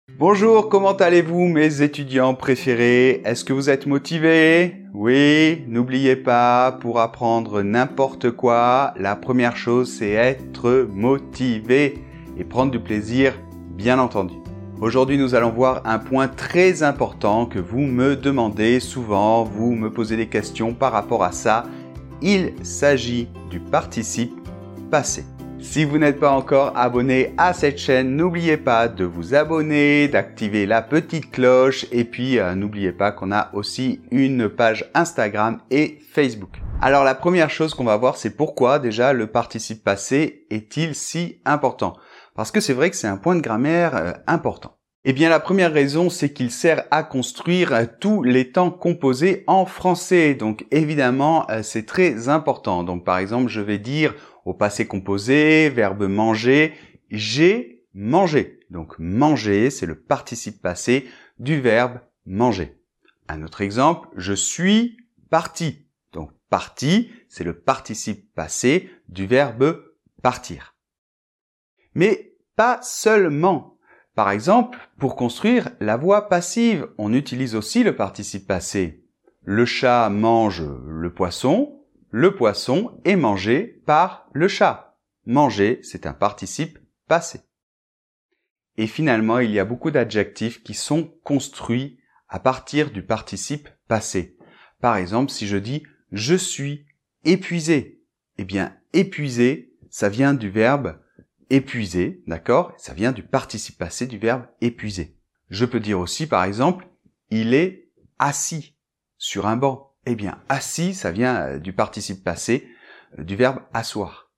Bonjour, comment allez-vous mes étudiants préférés? Est-ce que vous êtes motivés? Oui, n'oubliez pas, pour apprendre n'importe quoi, la première chose c'est être motivé et prendre du plaisir, bien entendu. Aujourd'hui, nous allons voir un point très important que vous me demandez souvent, vous me posez des questions par rapport à ça. Il s'agit du participe passé. Si vous n'êtes pas encore abonné à cette chaîne, n'oubliez pas de vous abonner, d'activer la petite cloche et puis n'oubliez pas qu'on a aussi une page Instagram et Facebook. Alors la première chose qu'on va voir, c'est pourquoi déjà le participe passé est-il si important? Parce que c'est vrai que c'est un point de grammaire important. Eh bien la première raison, c'est qu'il sert à construire tous les temps composés en français. Donc évidemment, c'est très important. Donc par exemple, je vais dire au passé composé, verbe manger, j'ai mangé. Donc manger, c'est le participe passé du verbe manger. Un autre exemple, je suis parti. Donc parti, c'est le participe passé du verbe partir. Mais pas seulement. Par exemple, pour construire la voix passive, on utilise aussi le participe passé. Le chat mange le poisson est mangé par le chat. Manger, c'est un participe passé. Et finalement, il y a beaucoup d'adjectifs qui sont construits à partir du participe passé. Par exemple, si je dis « je suis épuisé », eh bien, épuisé, ça vient du verbe épuiser, d'accord? Ça vient du participe passé du verbe épuiser. Je peux dire aussi, par exemple, il est assis sur un banc. Eh bien, assis, ça vient du participe passé du verbe asseoir.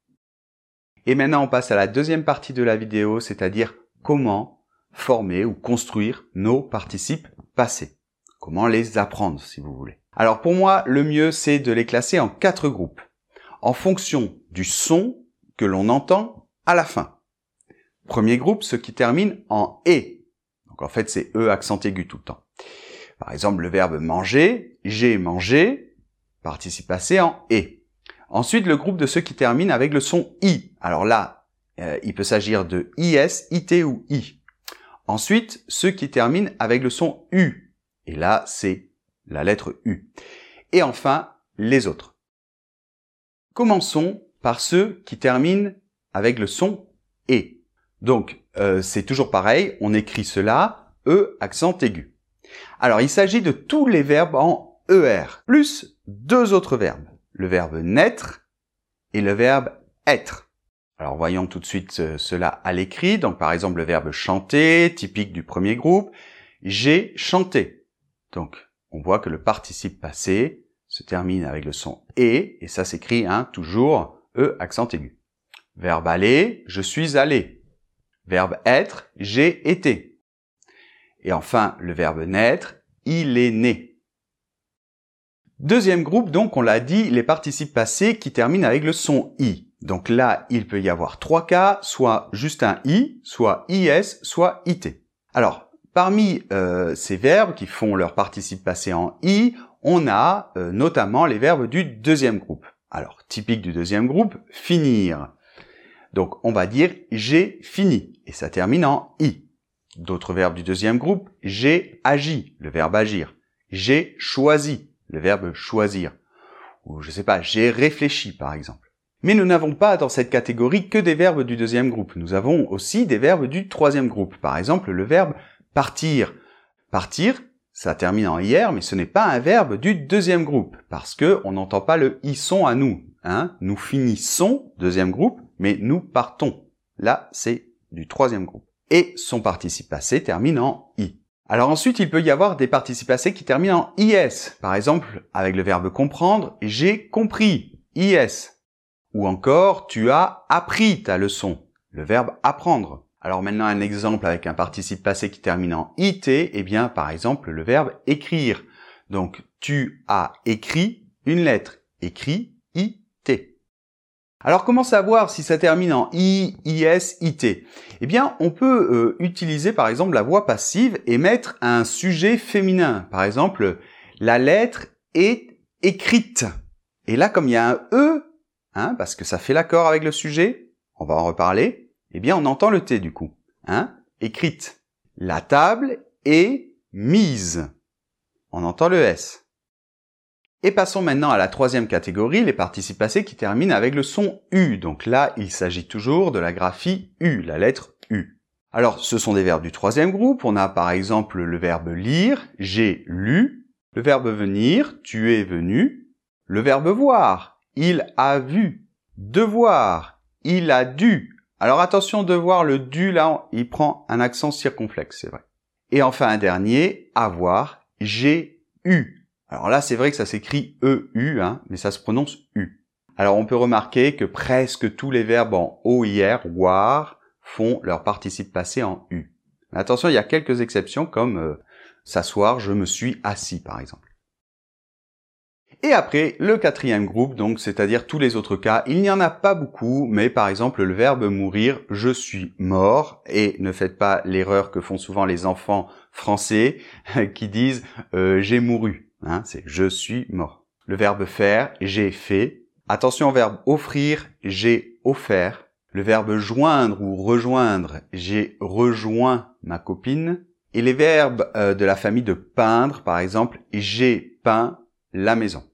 Et maintenant, on passe à la deuxième partie de la vidéo, c'est-à-dire comment former ou construire nos participes passés. Comment les apprendre, si vous voulez. Alors, pour moi, le mieux, c'est de les classer en 4 groupes, en fonction du son que l'on entend à la fin. Premier groupe, ceux qui terminent en « et ». Donc en fait, c'est « e » accent aigu tout le temps. Par exemple, le verbe manger, j'ai mangé, participe passé en « et ». Ensuite, le groupe de ceux qui terminent avec le son « i ». Alors là, il peut s'agir de « is »,« it » ou « i ». Ensuite, ceux qui terminent avec le son « u ». Et là, c'est la lettre « u ». Et enfin, les autres. Commençons par ceux qui terminent avec le son « et ». Donc, c'est toujours pareil, on écrit cela, E accent aigu. Alors, il s'agit de tous les verbes en ER, plus 2 autres verbes, le verbe naître et le verbe être. Alors, voyons tout de suite cela à l'écrit. Donc, par exemple, le verbe chanter, typique du premier groupe, j'ai chanté. Donc, on voit que le participe passé se termine avec le son « et ça s'écrit toujours E accent aigu. Verbe aller, je suis allé. Verbe être, j'ai été. Et enfin, le verbe naître, il est né. Deuxième groupe, donc, on l'a dit, les participes passés qui terminent avec le son i. Donc là, il peut y avoir 3 cas, soit juste un i, soit is, soit it. Alors, parmi ces verbes qui font leur participe passé en i, on a notamment les verbes du deuxième groupe. Alors, typique du deuxième groupe, finir. Donc, on va dire « j'ai fini » et ça termine en « i ». D'autres verbes du deuxième groupe, « j'ai agi », le verbe agir. « J'ai choisi », le verbe choisir. Ou je sais pas, « j'ai réfléchi » par exemple. Mais nous n'avons pas dans cette catégorie que des verbes du deuxième groupe. Nous avons aussi des verbes du troisième groupe. Par exemple, le verbe « partir ». Partir, ça termine en « ir », mais ce n'est pas un verbe du deuxième groupe parce que on n'entend pas le « i son » à nous. Nous finissons, deuxième groupe, mais nous partons. Là, c'est du troisième groupe. Et son participe passé termine en « i ». Alors ensuite, il peut y avoir des participes passés qui terminent en « is ». Par exemple, avec le verbe comprendre, j'ai compris, is. Ou encore, tu as appris ta leçon, le verbe apprendre. Alors maintenant, un exemple avec un participe passé qui termine en « it », eh bien, par exemple, le verbe écrire. Donc, tu as écrit une lettre, écrit, it. Alors, comment savoir si ça termine en i, is, it? Eh bien, on peut utiliser par exemple la voix passive et mettre un sujet féminin. Par exemple, la lettre est écrite. Et là, comme il y a un e, parce que ça fait l'accord avec le sujet, on va en reparler, eh bien, on entend le t du coup. Écrite. La table est mise. On entend le S. Et passons maintenant à la troisième catégorie, les participes passés qui terminent avec le son U. Donc là, il s'agit toujours de la graphie U, la lettre U. Alors, ce sont des verbes du troisième groupe. On a par exemple le verbe lire, j'ai lu. Le verbe venir, tu es venu. Le verbe voir, il a vu. Devoir, il a dû. Alors attention, devoir, le dû, là, il prend un accent circonflexe, c'est vrai. Et enfin un dernier, avoir, j'ai eu. Alors là, c'est vrai que ça s'écrit EU, mais ça se prononce U. Alors on peut remarquer que presque tous les verbes en OIR, war, font leur participe passé en U. Mais attention, il y a quelques exceptions comme s'asseoir, je me suis assis par exemple. Et après, le quatrième groupe, donc c'est-à-dire tous les autres cas, il n'y en a pas beaucoup, mais par exemple le verbe mourir, je suis mort, et ne faites pas l'erreur que font souvent les enfants français qui disent j'ai mouru. C'est je suis mort. Le verbe faire, j'ai fait. Attention au verbe offrir, j'ai offert. Le verbe joindre ou rejoindre, j'ai rejoint ma copine. Et les verbes de la famille de peindre, par exemple, j'ai peint la maison.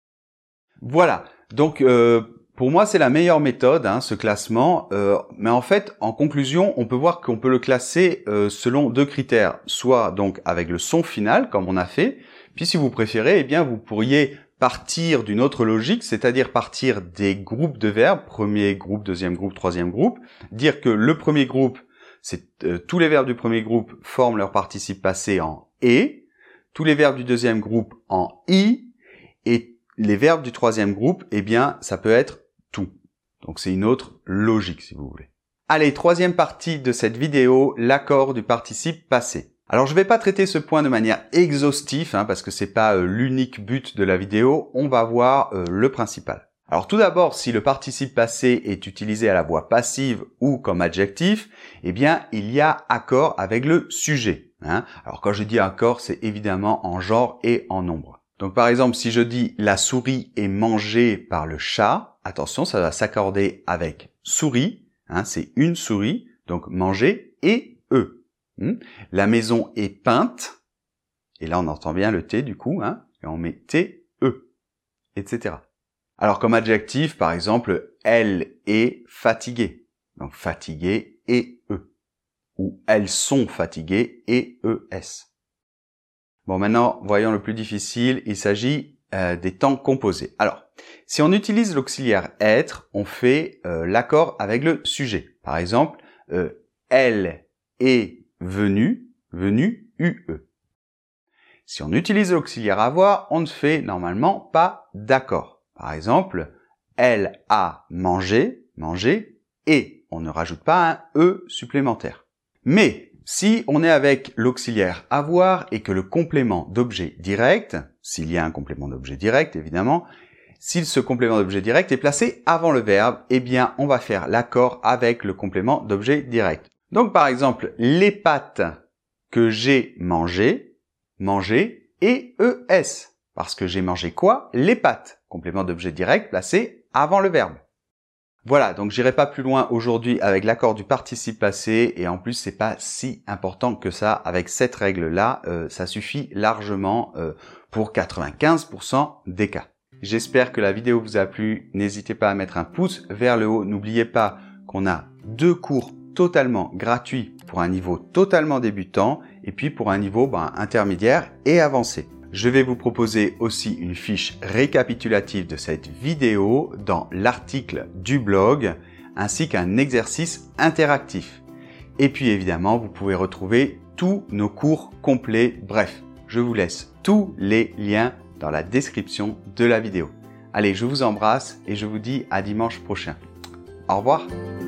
Voilà, donc pour moi c'est la meilleure méthode, ce classement, mais en fait en conclusion on peut voir qu'on peut le classer selon deux critères, soit donc avec le son final comme on a fait, puis si vous préférez, eh bien vous pourriez partir d'une autre logique, c'est-à-dire partir des groupes de verbes, premier groupe, deuxième groupe, troisième groupe, dire que le premier groupe, c'est tous les verbes du premier groupe forment leur participe passé en « et », tous les verbes du deuxième groupe en « i », et les verbes du troisième groupe, eh bien, ça peut être tout. Donc, c'est une autre logique, si vous voulez. Allez, troisième partie de cette vidéo, l'accord du participe passé. Alors, je ne vais pas traiter ce point de manière exhaustive, parce que c'est pas l'unique but de la vidéo. On va voir le principal. Alors, tout d'abord, si le participe passé est utilisé à la voix passive ou comme adjectif, eh bien, il y a accord avec le sujet. Alors, quand je dis accord, c'est évidemment en genre et en nombre. Donc par exemple, si je dis « la souris est mangée par le chat », attention, ça va s'accorder avec « souris », c'est une souris, donc « manger » et « e ». La maison est peinte, et là on entend bien le T du coup, et on met « T, E », etc. Alors comme adjectif, par exemple, « elle est fatiguée », donc « fatiguée » et « e », ou « elles sont fatiguées » et « es ». Bon, maintenant, voyons le plus difficile, il s'agit des temps composés. Alors, si on utilise l'auxiliaire être, on fait l'accord avec le sujet. Par exemple, elle est venue, UE. Si on utilise l'auxiliaire avoir, on ne fait normalement pas d'accord. Par exemple, elle a mangé, et on ne rajoute pas un E supplémentaire. Mais si on est avec l'auxiliaire avoir et que le complément d'objet direct, s'il y a un complément d'objet direct évidemment, si ce complément d'objet direct est placé avant le verbe, eh bien on va faire l'accord avec le complément d'objet direct. Donc par exemple, les pâtes que j'ai mangées, et ES. Parce que j'ai mangé quoi? Les pâtes. Complément d'objet direct placé avant le verbe. Voilà, donc j'irai pas plus loin aujourd'hui avec l'accord du participe passé et en plus c'est pas si important que ça. Avec cette règle-là, ça suffit largement pour 95% des cas. J'espère que la vidéo vous a plu. N'hésitez pas à mettre un pouce vers le haut. N'oubliez pas qu'on a 2 cours totalement gratuits pour un niveau totalement débutant et puis pour un niveau intermédiaire et avancé. Je vais vous proposer aussi une fiche récapitulative de cette vidéo dans l'article du blog, ainsi qu'un exercice interactif. Et puis évidemment, vous pouvez retrouver tous nos cours complets. Bref, je vous laisse tous les liens dans la description de la vidéo. Allez, je vous embrasse et je vous dis à dimanche prochain. Au revoir.